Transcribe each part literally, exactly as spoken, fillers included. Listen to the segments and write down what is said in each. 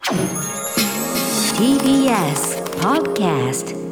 ティービーエス Podcast。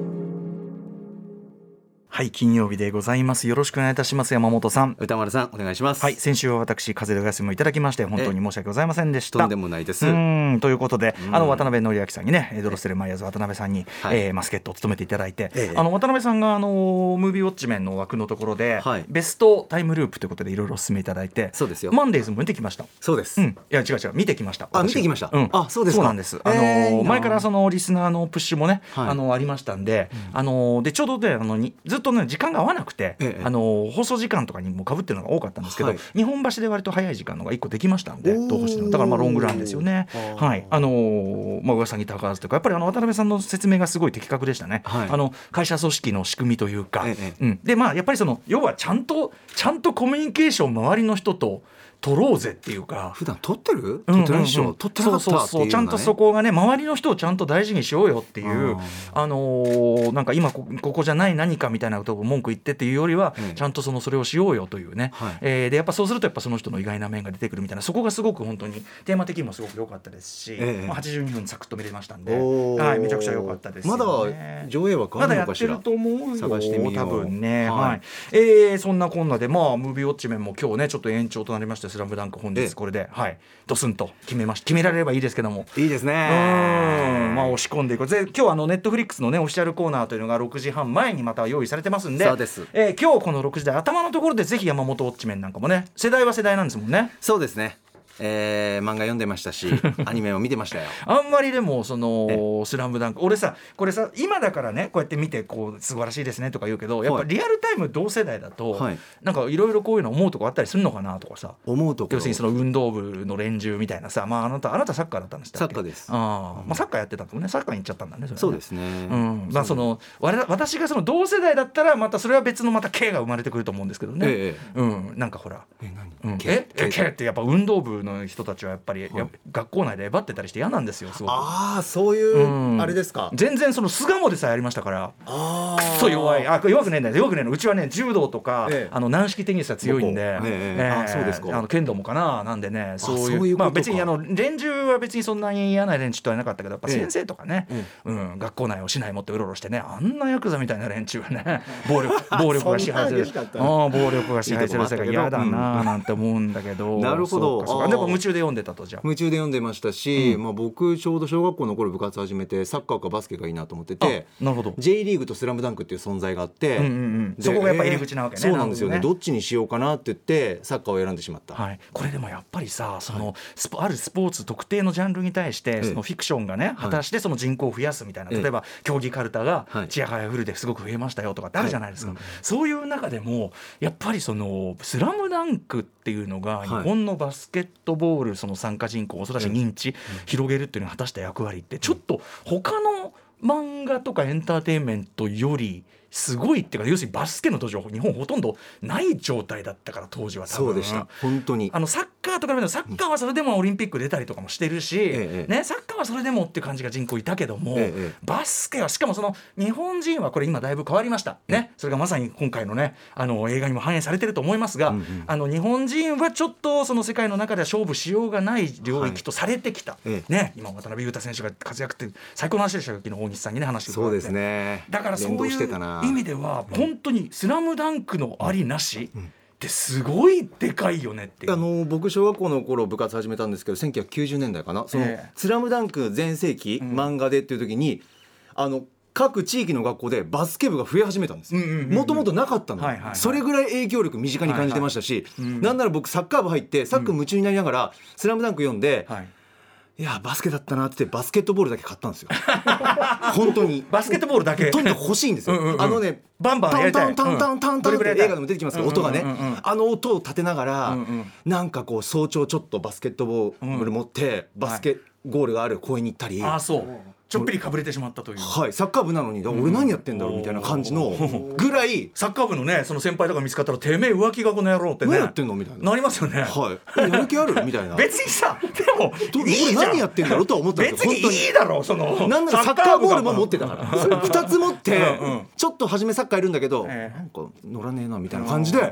はい、金曜日でございます。よろしくお願いいたします。山本さん、 歌丸さん、お願いします。 はい、先週は私風邪のお休みをいただきまして本当に申し訳ございませんでした。 とんでもないです。 うんということで、あの渡辺則明さんにね、ドロッセルマイヤーズ渡辺さんに、 はいえー、マスケットを務めていただいて、 ええ、 あの渡辺さんがあのムービーウォッチメンの枠のところで、はい、ベストタイムループということでいろいろお勧めいただいて、 そうですよ。 マンデーズも見てきました。 そうです。 うん、いや違う違う見てきました。 あ、見てきました。 うん、 あ、そうですか。 そうなんです。あのー、前からそのリスナーのプッシュもね、はい、あのありましたんで、うん、あのでちょうどであのにずっとね時間が合わなくて、ええ、あの放送時間とかにも被ってるのが多かったんですけど、はい、日本橋で割と早い時間のがいっこできましたんで、東宝のだからまあロングランですよね。はい、あのー、まあ噂にたがわずというかやっぱりあの渡辺さんの説明がすごい的確でしたね。はい、あの会社組織の仕組みというか、ええ、うん、でまあやっぱりその要はちゃんとちゃんとコミュニケーション周りの人と取ろうぜっていうか、 普段取ってる取ってないでしょ、取ってなかったっていうのがね、そうそうそう、 ちゃんとそこがね周りの人をちゃんと大事にしようよっていう、あのー、なんか今 こ, ここじゃない何かみたいなことを文句言ってっていうよりは、うん、ちゃんとそのそれをしようよというね、はい、えー、でやっぱそうするとやっぱその人の意外な面が出てくるみたいな、そこがすごく本当にテーマ的にもすごく良かったですし、ええ、まあ、はちじゅうにふんサクッと見れましたんで、はい、めちゃくちゃ良かったですよね。 まだ上映は変わるのかしら。 まだやってると思うよ、 探してみよう多分ね、はいはい、えー、そんなこんなで、まあ、ムービーウォッチメンも今日ねちょっと延長となりまして、スラムダンク本日これで、はい、ドスンと決めまし決められればいいですけども、 いいですね。 うん、まあ、押し込んでいく。で今日あのネットフリックスのねオフィシャルコーナーというのがろくじはんまえにまた用意されてますんで、 そうです、 えー、今日このろくじ台頭のところでぜひ山本ウォッチメンなんかもね、世代は世代なんですもんね。 そうですね、えー、漫画読んでましたしアニメも見てましたよ。 あんまりでもそのスラムダンク、俺さこれさ今だからねこうやって見てこう素晴らしいですねとか言うけど、やっぱリアルタイム同世代だと、はい、なんかいろいろこういうの思うとこあったりするのかなとかさ、 思うところ、 要するにその運動部の連中みたいなさ、まあ、あなたあなたサッカーだったんですか。 サッカーです。 あ、うん、まあ、サッカーやってたんだもんね。サッカーに行っちゃったんだね、それね。 そうですね、 うん、まあ、その私がその同世代だったらまたそれは別のまた K が生まれてくると思うんですけどね、ええ、うん、なんかほらえ何、 うん、ええ K ってやっぱ運動部の人たちはやっぱり、はい、学校内でえばってたりして嫌なんですよ、すごく。 ああ、そういう、うん、あれですか。 全然その巣鴨でさえやりましたから、あくっそ弱い。あ、弱くねえんだよ、弱くねえの。うちはね柔道とか、ええ、あの軟式テニスは強いんで、えええー、あ、そうですか。あの剣道もかな、なんでね、そういう、そういうまあ、別にあの連中は別にそんなに嫌な連中とはなかったけど、やっぱ先生とかね、ええ、うん、学校内を市内持ってうろうろしてね、あんなヤクザみたいな連中はね、暴力暴力が支配するあ暴力が支配する世界嫌だななんて思うんだけど、 なるほど。 そうかそうか。でも夢中で読んでたと。じゃあ夢中で読んでましたし、うん、まあ、僕ちょうど小学校の頃部活始めてサッカーかバスケがいいなと思ってて、 なるほど。 J リーグとスラムダンクっていう存在があって、うんうんうん、 そこがやっぱ入り口なわけね。 そうなんですよね。どっちにしようかなって言ってサッカーを選んでしまった、 はい、これでもやっぱりさ、そのスポあるスポーツ特定のジャンルに対してそのフィクションがね、果たしてその人口を増やすみたいな、例えば競技カルタがちやはやフルですごく増えましたよとかってあるじゃないですか、はい、うん、そういう中でもやっぱりそのスラムダンクっていうのが日本のバスケットボールその参加人口をそらし認知広げるっていうのが果たした役割ってちょっと他の漫画とかエンターテインメントよりすごいっていうか、要するにバスケの土壌日本ほとんどない状態だったから、当時は多分そうでした。本当にあのサッカーとかでもサッカーはそれでもオリンピック出たりとかもしてるし、ええね、サッカーはそれでもっていう感じが人口いたけども、ええ、バスケはしかもその日本人はこれ今だいぶ変わりました、ね、それがまさに今回のねあの映画にも反映されてると思いますが、うんうん、あの日本人はちょっとその世界の中では勝負しようがない領域とされてきた、はい、ね、今渡辺裕太選手が活躍って最高の話でしたよ、昨日大西さんにね話してもらって。 そうですね。 だからそういう意味では本当にスラムダンクのありなしってすごいでかいよねっていう。 あの僕小学校の頃部活始めたんですけどせんきゅうひゃくきゅうじゅうねんだいかな、その、えー、スラムダンク全盛期、うん、漫画でっていう時にあの各地域の学校でバスケ部が増え始めたんです。もともとなかったの、はいはいはい、それぐらい影響力身近に感じてましたし、はいはい、うん、なんなら僕サッカー部入ってサッカー夢中になりながら、うん、スラムダンク読んで、はい、いやバスケだったなってバスケットボールだけ買ったんですよ本当にバスケットボールだけとにかく欲しいんですよ。うんうんうん、あのねバンバンやりたい、 タンタンタンタンタンって映画でも出てきますけど、音がね、 うんうんうんうん、 あの音を立てながら、 うんうん、 なんかこう早朝ちょっとバスケットボール持って、うん、バスケゴールがある公園に行ったり、 あ、そうちょっぴりかぶれてしまったという、 はい、サッカー部なのに俺何やってんだろうみたいな感じのぐらい、 サッカー部のねその先輩とか見つかったらてめえ浮気がこの野郎ってね、 何やってんのみたいななりますよね。 はい、やる気あるみたいな別にさでもいい俺何やってんだろうとは思ったんですよ。 別にいいだろう、そのなんならサッカーボールも持ってたからふたつ持ってうん、うん、ちょっと初めサッカーいるんだけ、えー、なんか乗らねえなみたいな感じで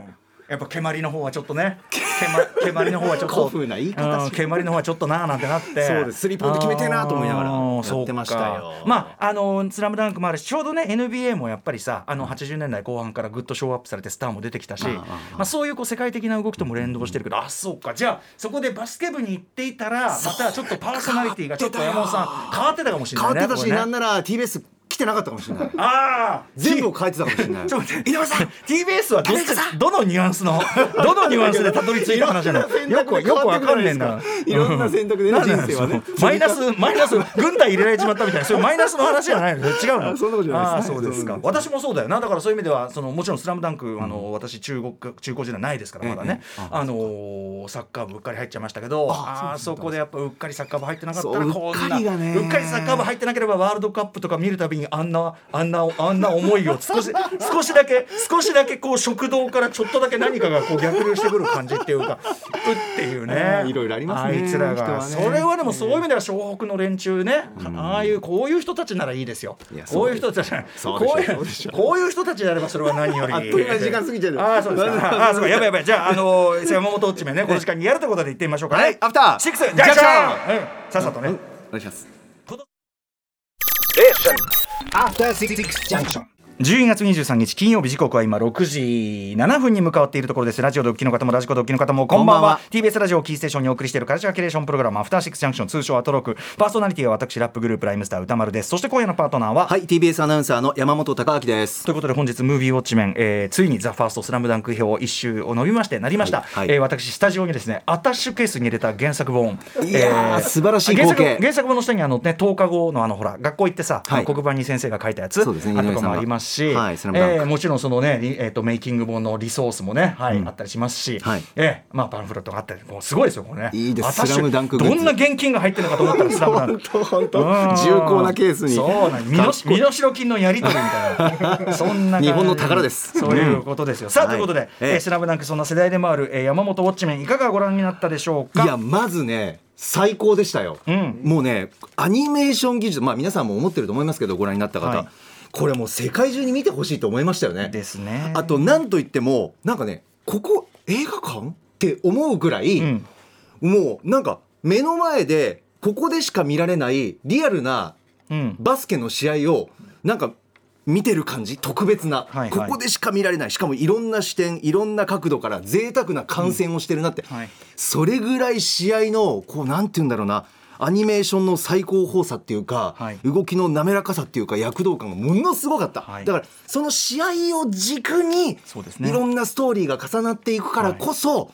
やっぱ蹴鞠の方はちょっとね蹴鞠の方はちょっと古風な言い方し蹴鞠の方はちょっとなーなんてなってそうですスリーポイント決めてえなと思いながらやってましたよ。 まああのスラムダンクもあるしちょうどね エヌビーエー もやっぱりさあのはちじゅうねんだいこう半からぐっとショーアップされてスターも出てきたしまあそういうこう世界的な動きとも連動してるけどあそうかじゃあそこでバスケ部に行っていたらまたちょっとパーソナリティがちょっと山本さん変わってたかもしれないね。 変わってたし、 ね、 なんなら ティービーエス 来てなかったかもしれない。 あ全部を変えてたかもしれない。 ちょっと待って井上さん ティービーエス は ど, どのニュアンスのどのニュアンスでたどり着いた話なのよくよくわかんねえんだ。 いろんな選択で、ね、人生はねマイナスマイナス軍隊入れられちまったみたいなそういうマイナスの話じゃないの違うの。 そんなことじゃないです。 あそうですか。私もそうだよな。だからそういう意味ではそのもちろんスラムダンクあの私中国中高時代ないですからまだね、ええ、あのサッカー部うっかり入っちゃいましたけどあそこでやっぱうっかりサッカー部入ってなかったらこんなうっかり、ね、うっかりサッカー部入ってなければワールドカップとか見るたびにあんなあんなあんな思いを少し少しだけ少しだけこう食堂からちょっとだけ何かがこう逆流してくる感じっていうかうっていうねいろいろありますねあいつらが、ね、それはでもそういう意味では湘北の連中ね、うん、ああいうこういう人たちならいいですよ。こういう人たちこういうこういう人たちであればそれは何よりあっという間に時間過ぎちゃう。 ああそうですかああそうかやばいやばいじゃああの山本オッチメンねこの時間にやるということで言ってみましょうかね。 はいアフターシックスジャンクション、うん、さっさとね、うん、 お願いします。 アフターシックスジャンクションじゅうにがつにじゅうさんにち金曜日時刻は今ろくじななふんに向かっているところです。ラジオでお聞きの方もラジコでお聞きの方もこんばんは。 こんばんは。 ティービーエス ラジオキーステーションにお送りしているカルチャーキュレーションプログラムアフターシックスジャンクション通称アトロクパーソナリティは私ラップグループライムスター歌丸です。そして今夜のパートナーははい ティービーエス アナウンサーの山本貴明です。 ということで本日ムービーウォッチメン、えー、ついにザ・ファーストスラムダンク表一周を伸びましてなりました、はいはい、えー、私スタジオにですねアタッシュケースに入れた原作本いやー、えー、素晴らしい光景。 原作、原作本の下にあの、ね、とおかごのあのほら学校行ってさ、はい、黒板に先生が書いたやつ、そうですね、あとかもありますし、はい、えー、もちろんそのね、えー、とメイキング本のリソースもね、はい、うん、あったりしますし、はい、えーまあ、パンフレットがあったりもうすごいですよこれね。 いいです。スラムダンクグッズどんな現金が入ってるのかと思ったらスラムダンク本当重厚なケースにそうなん身の身代金のやり取りみたいなそんな日本の宝です。 そういうことですよ、うん、さあ、はい、ということで、えー、スラムダンクそんな世代でもある、えー、山本ウォッチメンいかがご覧になったでしょうか。 いやまずね最高でしたよ、うん、もうねアニメーション技術、まあ、皆さんも思ってると思いますけどご覧になった方、はい、これもう世界中に見てほしいと思いましたよね。 ですね。 あとなんといってもなんかねここ映画館って思うぐらい、うん、もうなんか目の前でここでしか見られないリアルなバスケの試合をなんか見てる感じ特別な、はいはい、ここでしか見られないしかもいろんな視点いろんな角度から贅沢な観戦をしてるなって、うんはい、それぐらい試合のこうなんて言うんだろうなアニメーションの最高峰さっていうか、はい、動きの滑らかさっていうか躍動感がものすごかった、はい、だからその試合を軸にいろんなストーリーが重なっていくからこそ、はい、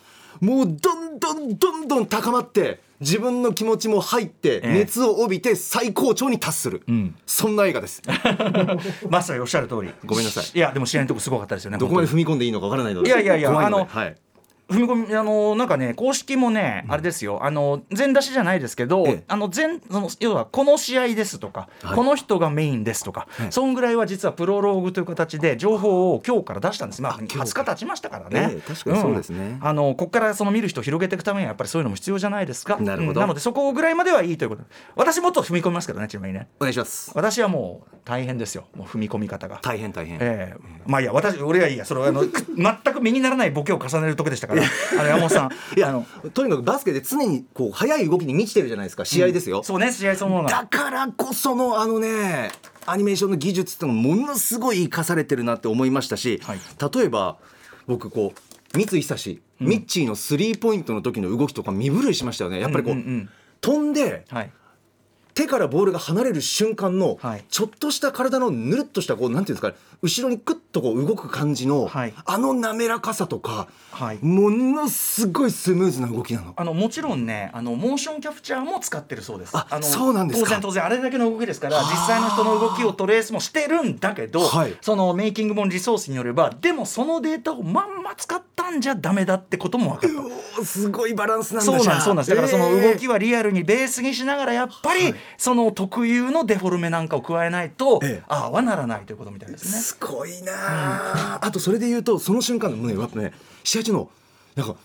もうどんどんどんどん高まって自分の気持ちも入って熱を帯びて最高潮に達する、えー、そんな映画ですまさにおっしゃる通り。 ごめんなさい。 いやでも試合のとこすごかったですよね。 どこまで踏み込んでいいのかわからないので。 いやいやいやあの、 はい、 踏み込みあのなんかね公式もね、うん、あれですよあの全出しじゃないですけど、ええ、あの全その要はこの試合ですとか、はい、この人がメインですとか、はい、そんぐらいは実はプロローグという形で情報を今日から出したんです。まあはつか経ちましたからね、 ええ、確かにそうですね、 うん、あのここからその見る人を広げていくためにはやっぱりそういうのも必要じゃないですか。 なるほど、 うん、なのでそこぐらいまではいいということで私もっと踏み込みますけどねちなみにねお願いします。 私はもう大変ですよもう踏み込み方が大変大変、 えー、まあいいや私俺はいいやそれはあの全く身にならないボケを重ねるとこでしたからあの山本さんいやあのとにかくバスケで常にこう速い動きに満ちてるじゃないですか試合ですよ、 うん、そうね試合そのものがだからこそのあのねアニメーションの技術ってのがものすごい生かされてるなって思いましたし、はい、例えば僕こう三井久志、うん、ミッチーのスリーポイントの時の動きとか身震いしましたよね。やっぱりこう、うんうんうん、飛んで、はい、手からボールが離れる瞬間の、はい、ちょっとした体のぬるっとしたこうなんていうんですか後ろにクッとこう動く感じの、はい、あの滑らかさとか、はい、ものすごいスムーズな動きなの。 あのもちろんねあのモーションキャプチャーも使ってるそうです。 ああのそうなんですか。 当然当然あれだけの動きですから実際の人の動きをトレースもしてるんだけど、はい、そのメイキング本リソースによればでもそのデータをまんま使ったんじゃダメだってことも分かった。 すごいバランスなんだ。 そうなんそうなんです。だからその動きはリアルにベースにしながらやっぱり、はい、その特有のデフォルメなんかを加えないと、ええ、ああはならないということみたいですね。 すごいな、うん、あとそれで言うとその瞬間のねやっぱね試合中のなんか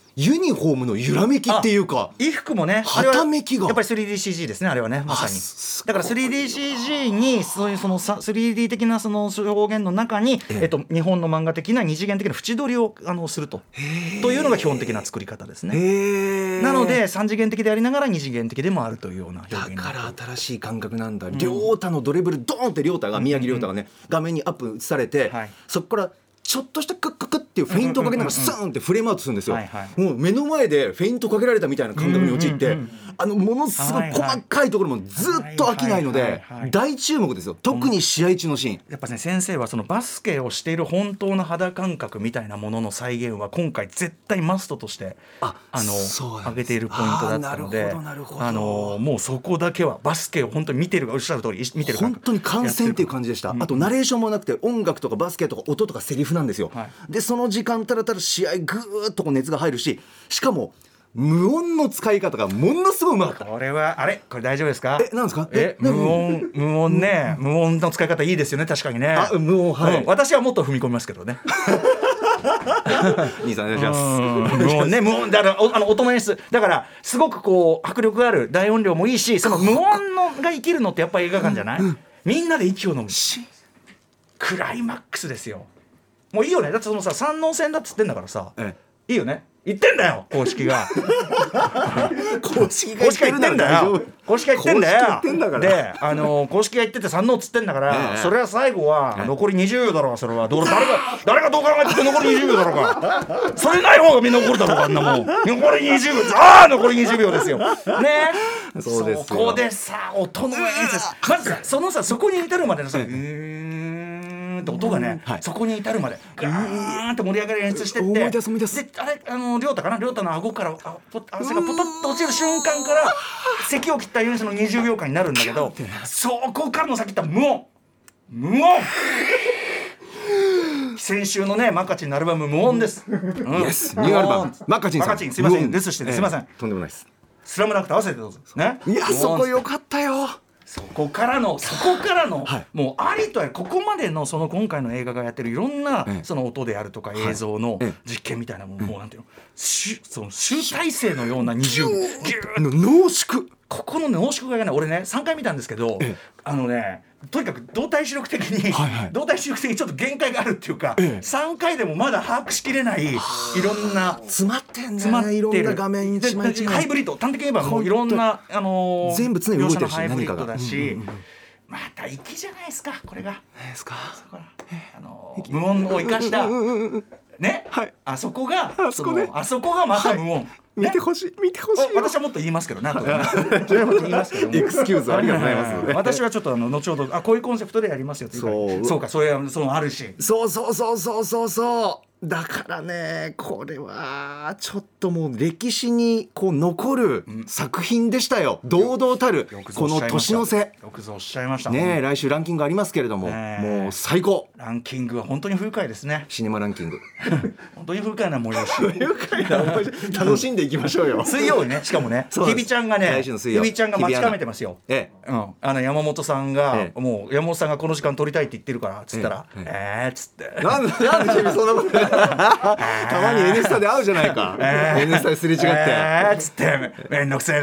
ユニフォームの揺らめきっていうか衣服もねはためきがやっぱり スリーディーシージー ですねあれはねまさにだから スリーディーシージー にそういうその スリーディー 的なその表現の中に、ええっと、日本の漫画的な二次元的な縁取りをあのするとというのが基本的な作り方ですね。なので三次元的でありながら二次元的でもあるというような表現になる。 だから新しい感覚なんだ。亮太のドリブルドーンって亮太が宮城亮太がね、うんうん、画面にアップ映されて、はい、そこからちょっとしたクッククッっていうフェイントをかけながらスーンってフレームアウトするんですよ、はいはい、もう目の前でフェイントかけられたみたいな感覚に陥って、うんうんうん、あのものすごい細かいところもずっと飽きないので大注目ですよ。特に試合中のシーン、 やっぱね先生はそのバスケをしている本当の肌感覚みたいなものの再現は今回絶対マストとしてああの上げているポイントだったので、あのもうそこだけはバスケを本当に見てるおっしゃる通り見てる本当に観戦っていう感じでした、うん、あとナレーションもなくて音楽とかバスケとか音とかセリフなんですよ、はい、でその時間たらたら試合ぐーっとこう熱が入るし、しかも無音の使い方がものすごいうまかった。 これはあれこれ大丈夫ですか。 えなんですか。 え無音無音ね、うん、無音の使い方いいですよね確かにね。 あ無音はい、 うん、私はもっと踏み込みますけどね兄さんお願いします。 無音ね無音だからあの音の演出だからすごくこう迫力がある大音量もいいし、その無音のが生きるのってやっぱり映画館じゃない、うんうん、みんなで息を飲むしクライマックスですよ。もういいよね。だってそのさ三能戦だっつってんだからさ、ええ、いいよね。言ってんだよ公式が公式が言ってんだよ公式が言ってんだよで、あのー、公式が言ってて三能っつってんだから、ええ、それは最後は残りにじゅうびょうだろう。それはど誰が誰がどう考えて残りにじゅうびょうだろうかそれない方がみんな残るだろうかあんなもん残りにじゅうびょうああ残りにじゅうびょうですよね。 そうですよ。 そこでさ音の演出まずさそのさそこに至るまでのさうーんって音がね、はい、そこに至るまでガーンって盛り上がり演出してって、 思い出す思い出す。 であれあの亮太かな亮太の顎からあポ汗がポトッと落ちる瞬間から咳を切ったようにそのにじゅうびょうかんになるんだけどそこからの先った無音無音先週のねマカチンのアルバム無音です、うん、 yes ニューアルバムマカチンさんマカチンすいませんレスしててすいません、 えー、とんでもないです。 スラムダンクと合わせてどうぞね。 いやそこよかったよ。 そこからのそこからの、はい、もうありとありここまでのその今回の映画がやってるいろんな、ええ、その音であるとか映像の実験みたいなもの、ええ、もうなんていうのその集大成のような二重ギューッ濃縮ここの濃縮がね俺ねさんかい見たんですけど、ええ、あのねとにかく動体視力的に、はいはい、動体視力的にちょっと限界があるっていうか、ええ、さんかいでもまだ把握しきれないいろんな詰まってんねいろんな画面一枚一枚ハイブリッド端的に言えばもういろんな、あのー、 全部常に動いてるしハイブリッドだし、 うんうんうん、 また粋じゃないですかこれが。 何ですかそこら、あのー、無音を生かしたね、はい、あそこがあそこ、ね、あそこがまた無音、はい見てほしい見てほしい。 私はもっと言いますけどね。それはもっと言いますけど。 エクスキューズありがとうございます。 私はちょっとあの後ほどあこういうコンセプトでやりますよって言うから。そうかそういうそのあるし。 そうそうそうそうそうそう。だからねこれはちょっともう歴史にこう残る作品でしたよ、うん、堂々たるこの年の瀬よくぞおっしゃいましたね。来週ランキングありますけれども、えー、もう最高。 ランキングは本当に不愉快ですね。 シネマランキング本当に不愉快な催し不愉快な催し楽しんでいきましょうよ水曜日ねしかもね日比ちゃんがね日比ちゃんが待ちかめてますよ、ええうん、あの山本さんが、ええ、もう山本さんがこの時間撮りたいって言ってるからっつったらえええー、っつってなんでなんで君そんなことたまに N スタで会うじゃないか、えー、N スタですれ違ってえー、っつってめんどくせえな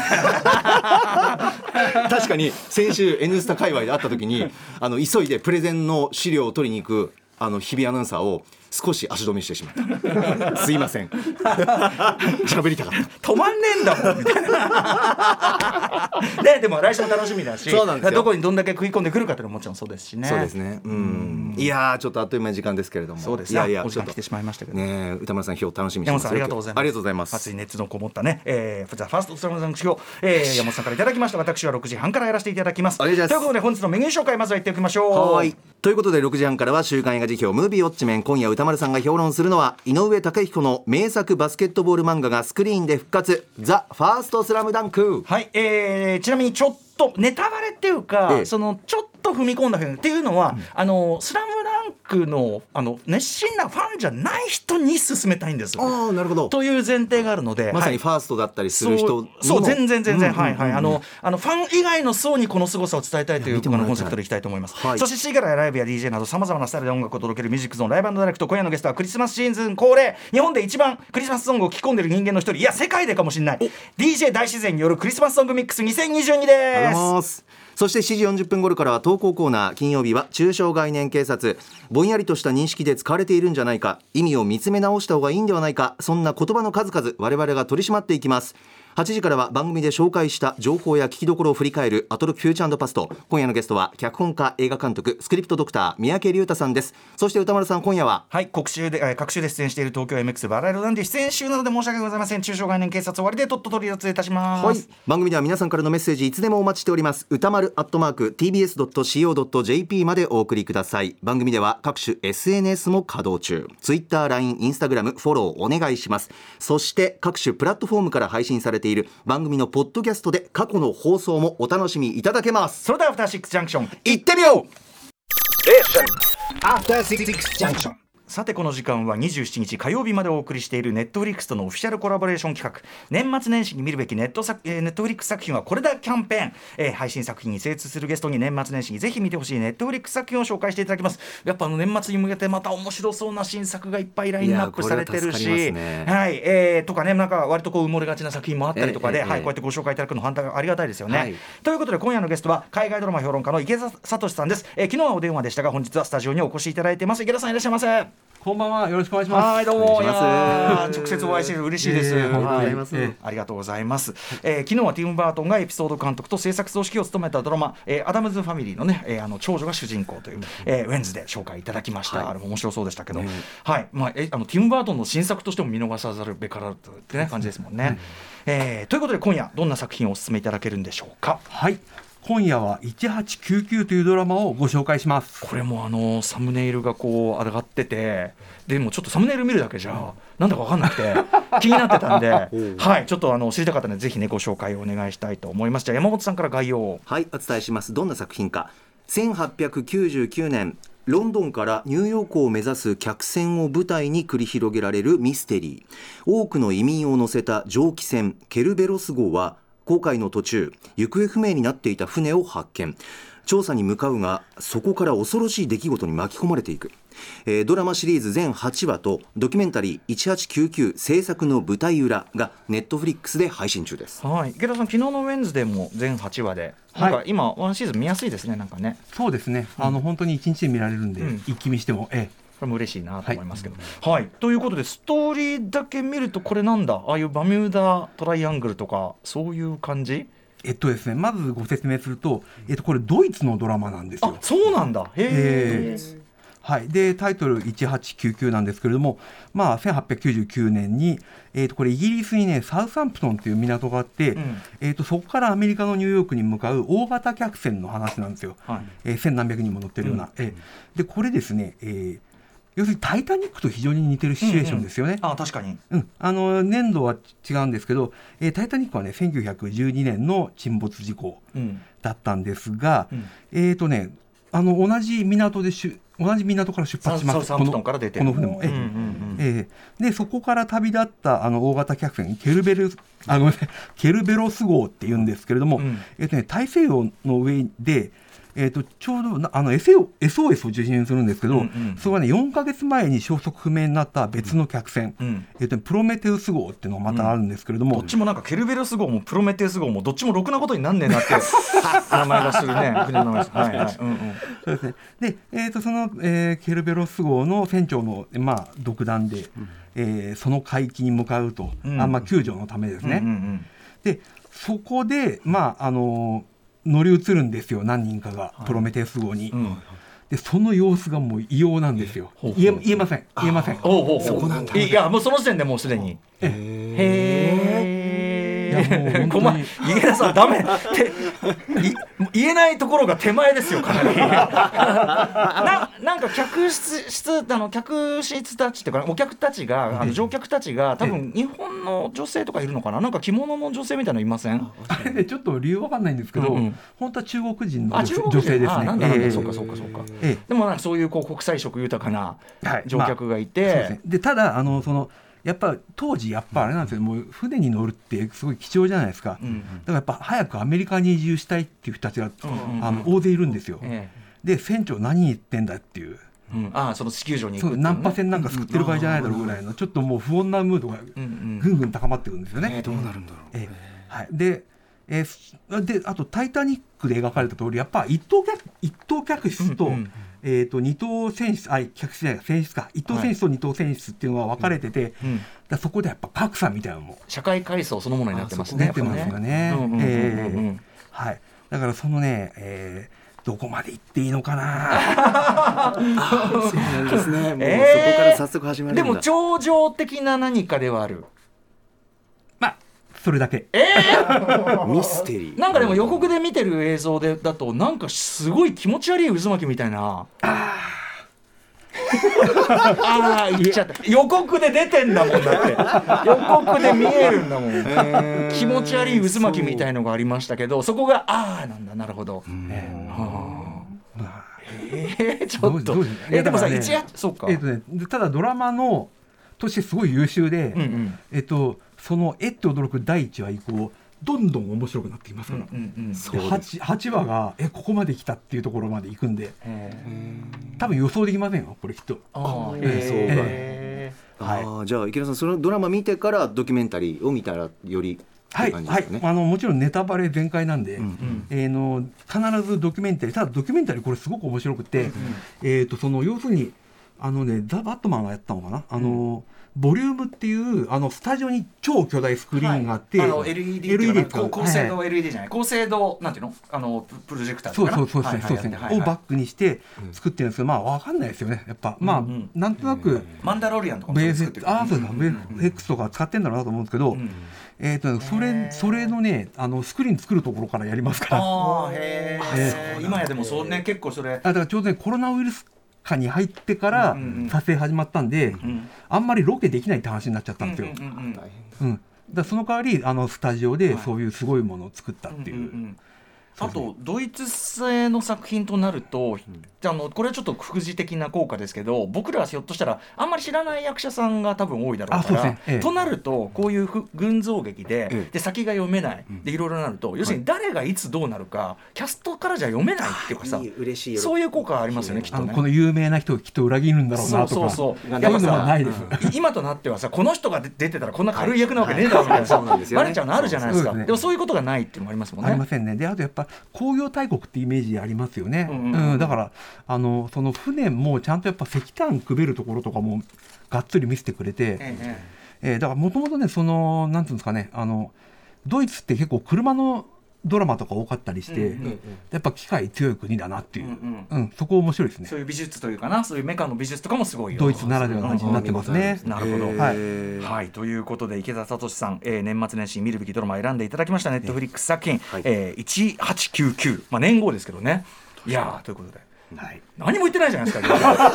確かに先週 N スタ界隈で会った時にあの急いでプレゼンの資料を取りに行くあの日比アナウンサーを少し足止めしてしまったすいません喋りたかった止まんねえんだもんみたいなで, でも来週も楽しみだしそうなんですよ。どこにどんだけ食い込んでくるかっていうのももちろんそうですしね。 そうですねうんうんいやーちょっとあっという間に時間ですけれどもそうですね。いやいやお時間来てしまいましたけどね。 歌丸さん今日楽しみにしてます。 山本さんありがとうございます。 ありがとうございます。 熱い熱のこもったね、えー、ザ・ファーストスラムダンク表、えー、山本さんからいただきました。私はろくじはんからやらせていただきます。ということで本日のメニュー紹介まずは言っておきましょう。 はいということでろくじはんからは週刊映画辞表ムービーウォッチメン。今夜歌丸さんが評論するのは井上貴彦の名作バスケットボール漫画がスクリーンで復活ザ・ファーストスラムダンク。 はい、えー、ちなみにちょっとネタバレっていうか、ええ、そのちょっと踏み込んだっていうのは、うん、あのスラムダンクのあの熱心なファンじゃない人に勧めたいんです。 ああ、なるほど。 という前提があるので、 まさにファーストだったりする人にも、 そうそう全然全然、はいはい、ああのあのファン以外の層にこの凄さを伝えたいというこのコンセプトでいきたいと思います。 はい、 そしてしちじからライブや ディージェー などさまざまなスタイルで音楽を届けるミュージックゾーンライブ&ダイレクト。今夜のゲストはクリスマスシーズン恒例、日本で一番クリスマスソングを聴き込んでる人間の一人、いや世界でかもしれない ディージェー 大自然によるクリスマスソングミックスにせんにじゅうにです。 そしてしちじよんじゅっぷん頃からは投稿コーナー。金曜日は中小概念警察。ぼんやりとした認識で使われているんじゃないか、意味を見つめ直した方がいいんではないか、そんな言葉の数々我々が取り締まっていきます。はちじからは番組で紹介した情報や聞きどころを振り返るアトロックフューチャー&パスト。今夜のゲストは脚本家、映画監督、スクリプトドクター三宅龍太さんです。そして歌丸さん、今夜ははい、各週で各週で出演している東京 エムエックス バラ色なんで出演週なので申し訳ございません。中小概念警察終わりでとっとと離脱いたします。 はい、番組では皆さんからのメッセージいつでもお待ちしております。歌丸アットマーク ティービーエスドットシーオードットジェーピー までお送りください。番組では各種 エスエヌエス も稼働中。 Twitter、ライン、Instagram フォローお願いします。そして各種プラットフォームから配信されている番組のポッドキャストで過去の放送もお楽しみいただけます。 それではアフターシックスジャンクション行ってみよう。 After Six Junction。 さてこの時間はにじゅうしちにち火曜日までお送りしているネットフリックスとのオフィシャルコラボレーション企画、年末年始に見るべきネット作、えー、ネットフリックス作品はこれだキャンペーン、えー、配信作品に精通するゲストに年末年始にぜひ見てほしいネットフリックス作品を紹介していただきます。やっぱあの年末に向けてまた面白そうな新作がいっぱいラインナップされてるし、 ね、 はい、えー、とかね、なんか割とこう埋もれがちな作品もあったりとかで、 えーえーはい、こうやってご紹介いただくの反対がありがたいですよね、 はい、 ということで今夜のゲストは海外ドラマ評論家の池田聡さんです。えー、昨日はお電話でしたが本日はスタジオにお越しいただいてます。池田さんいらっしゃいませ。 こんばんは、よろしくお願いします。 はい、どうも。 お願いします。 直接お会いして嬉しいです。 えー、ありがとうございます。 はい、ありがとうございます。えー、昨日はティム・バートンがエピソード監督と制作総指揮を務めたドラマ、えー、アダムズファミリーのね、えー、あの長女が主人公という、えー、ウェンズで紹介いただきました。はい、あれも面白そうでしたけど、ね、はい、まあ、えあのティム・バートンの新作としても見逃さざるべからというね感じですもんね。えー、ということで今夜どんな作品をお勧めいただけるんでしょうか。 はい。今夜はいちはちきゅうきゅうというドラマをご紹介します。 これもあのサムネイルがこう上がってて、でもちょっとサムネイル見るだけじゃなんだか分かんなくて気になってたんではい、ちょっとあの知りたかったのでぜひねご紹介をお願いしたいと思います。じゃあ山本さんから概要を。 はい、お伝えします。どんな作品か。せんはっぴゃくきゅうじゅうきゅうねんロンドンからニューヨークを目指す客船を舞台に繰り広げられるミステリー。多くの移民を乗せた蒸気船ケルベロス号は航海の途中行方不明になっていた船を発見。調査に向かうがそこから恐ろしい出来事に巻き込まれていく。えー、ドラマシリーズ全はちわとドキュメンタリーいちはちきゅうきゅう制作の舞台裏がネットフリックスで配信中です。 はい、池田さん昨日のウェンズデーも全はちわで、なんか今ワンシーズン見やすいですね。なんかね。 そうですね、うん、あの本当にいちにちで見られるんで、うん、一気見してもええこれも嬉しいなと思いますけど、はいはい、ということでストーリーだけ見るとこれなんだ、ああいうバミューダトライアングルとかそういう感じ。 えっとですね、まずご説明すると、えっと、これドイツのドラマなんですよ。 あ、そうなんだ。へー、はい、でタイトルいちはちきゅうきゅうなんですけれども、まあ、せんはっぴゃくきゅうじゅうきゅうねんに、えー、とこれイギリスにねサウサンプトンという港があって、うん、えー、とそこからアメリカのニューヨークに向かう大型客船の話なんですよ、はい、えー、千何百人も乗ってるような、うん、えー、でこれですね、えー要するにタイタニックと非常に似てるシチュエーションですよね。 うんうん、あ、確かに、 うん、あの年度は違うんですけど、えー、タイタニックはねせんきゅうひゃくじゅうにねんの沈没事故だったんですが、うん、えーとねあの同じ港でしゅ同じ港から出発します。 サウサンプトンから出てこの船も、えーうんうんうん、えー、でそこから旅立ったあの大型客船ケルベルあごめんなさいケルベロス号っていうんですけれども、うん、えーとね、大西洋の上でえー、とちょうどあの エスオーエス を受信するんですけど、うんうん、それはねよんかげつまえに消息不明になった別の客船、うんうん、えーとね、プロメテウス号っていうのがまたあるんですけれども、 うん、どっちもなんかケルベロス号もプロメテウス号もどっちもろくなことになんねえなって名前がするね船の名前です。はいはい、うんうん、 そうですね。で、えー、とその、えー、ケルベロス号の船長の、まあ、独断で、うん、えー、その海域に向かうと、うん、あまあ、救助のためですね、うんうんうん、でそこでまああのー乗り移るんですよ、何人かがプロメテウス号に、はい、うん、でその様子がもう異様なんですよ。 ほうほう、 言え、言えません言えません。 ほうほうほう、 そこなんだ。 いやもうその時点でもうすでにえへやもう本当に池田さんダメって言えないところが手前ですよかなりな, なんか客室室あの客室たちっていうかお客たちがあの乗客たちが多分日本の女性とかいるのかな、なんか着物の女性みたいなのいません？ あれねちょっと理由わかんないんですけど、うんうん、本当は中国人の 女, 人女性ですね。 あなんだなんだ、えー、そうかそうかそうか、えー、でもなんかそういうこう国際色豊かな乗客がいて、はいまあで, でただあのそのやっぱ当時やっぱあれなんですよ、もう船に乗るってすごい貴重じゃないですか、うんうん、だからやっぱ早くアメリカに移住したいっていう人たちが、うんうん、あの大勢いるんですよ、えー、で船長何言ってんだっていう、 うん、ああその地球上に行くっていう、 ね、ナンパ船なんか救ってる場合じゃないだろうぐらいのちょっともう不穏なムードがぐんぐん高まってくるんですよね、 えー、どうなるんだろう、 えーはい、でえー、であとタイタニックで描かれた通りやっぱ一等 客, 一等客室と、うんうんえー、と二等船室あ客室じゃない船室か一等船室と二等船室っていうのは分かれてて、はいうん、だそこでやっぱ格差みたいなのも社会階層そのものになってますね。 出てますよね。はい。だからそのね、えー、どこまで行っていいのかなそうなんですね。もうそこから早速始まるんだ。 でも超常的な何かではある。 まあそれだけ。 えー、 ミステリー。 なんかでも予告で見てる映像でだとなんかすごい気持ち悪い渦巻きみたいな。ああ言っちゃった。予告で出てんだもんだって。予告で見えるんだもん。えー、気持ち悪い渦巻きみたいのがありましたけど、そこがああなんだなるほど。えーはあえー、ちょっと。えー、でもさ、ね、一夜そうか。 えーとね、ただドラマのとしてすごい優秀で、うんうん、えっと。そのえって驚くだいいちわ以降どんどん面白くなってきますから、うんうんうん、8, はちわがえここまで来たっていうところまで行くんで多分予想できませんよこれきっと。 あーへーへー、はい、あじゃあ池田さんそのドラマ見てからドキュメンタリーを見たらよりはい、はい、あのもちろんネタバレ全開なんで、うんうんえー、の必ずドキュメンタリーただドキュメンタリーこれすごく面白くて、うんうんえー、とその要するにあのねザ・バットマンがやったのかなあの、うんボリュームっていうあのスタジオに超巨大スクリーンがあって、 はい、あの エルイーディー っていうか高精度 エルイーディー じゃない、高精度なんていうのあのプロジェクターとかなそうそうそうそうそうですねをバックにして作ってるんですけど、まあ分かんないですよねやっぱ、まあ、うんうん、なんとなくマンダロリアンとかも作ってるああそうですベーフエックスとか使ってんだろうなと思うんですけど、うんえー、とそれそれのねあのスクリーン作るところからやりますからあへえ今やでもそうね結構それあだからちょうどねコロナウイルスかに入ってから撮影始まったんで、うんうん、あんまりロケできないって話になっちゃったんですよ。うんうんうんうん、だその代わりあのスタジオでそういうすごいものを作ったっていう。はいうんうんうんあとドイツ製の作品となると、うん、あのこれはちょっと副次的な効果ですけど僕らはひょっとしたらあんまり知らない役者さんが多分多いだろうから、ねええ、となるとこういう群像劇 で,、ええ、で先が読めない、うん、でいろいろなると要するに誰がいつどうなるか、はい、キャストからじゃ読めないっていうかさいい嬉しいそういう効果ありますよねきっとね。 この有名な人がきっと裏切るんだろうなとかそうそうそうやっぱさないです、 うん、今となってはさこの人が出てたらこんな軽い役なわけねえだろうみたいなさバレちゃうのあるじゃないですか。でもそういうことがないっていうのもありますもんね。 ありませんね。であとやっぱ工業大国ってイメージありますよね、うんうんうん、だからあのその船もちゃんとやっぱ石炭くべるところとかもがっつり見せてくれて、えええー、だからもともとねそのなんていうんですかねあのドイツって結構車のドラマとか多かったりして、うんうんうん、やっぱ機械強い国だなっていう、うんうんうん、そこ面白いですね。 そういう美術というかなそういうメカの美術とかもすごいよドイツならではの感じになってますね。 なるほど、はいはい、ということで池田聡さん、えー、年末年始見るべきドラマ選んでいただきましたネットフリックス作品、はいえー、いちはちきゅうきゅう、まあ、年号ですけどねいやということではい、何も言ってないじゃないですか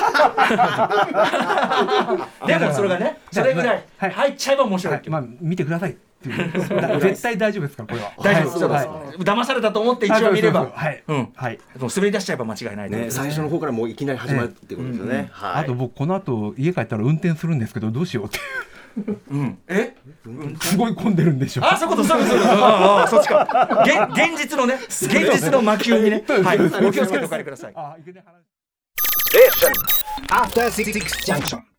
でもそれがねそれぐらい入っちゃえば面白いっていう、 はいまあ、見てくださいっていう絶対大丈夫ですからこれは大丈夫です、はいはい、騙されたと思って一応見ればはいうんはい、 滑り出しちゃえば間違いない、 ね、最初の方からもういきなり始まるってことですよね、うんうんはい、 あと僕この後家帰ったら運転するんですけどどうしようってうん、えすごい混んでるんでしょ。 あ、そういうこと、そういうこと、そういうことああそっちか現実のね現実の魔球にねはいお気をつけてお帰りください。あ、いけない話。 After Six Junction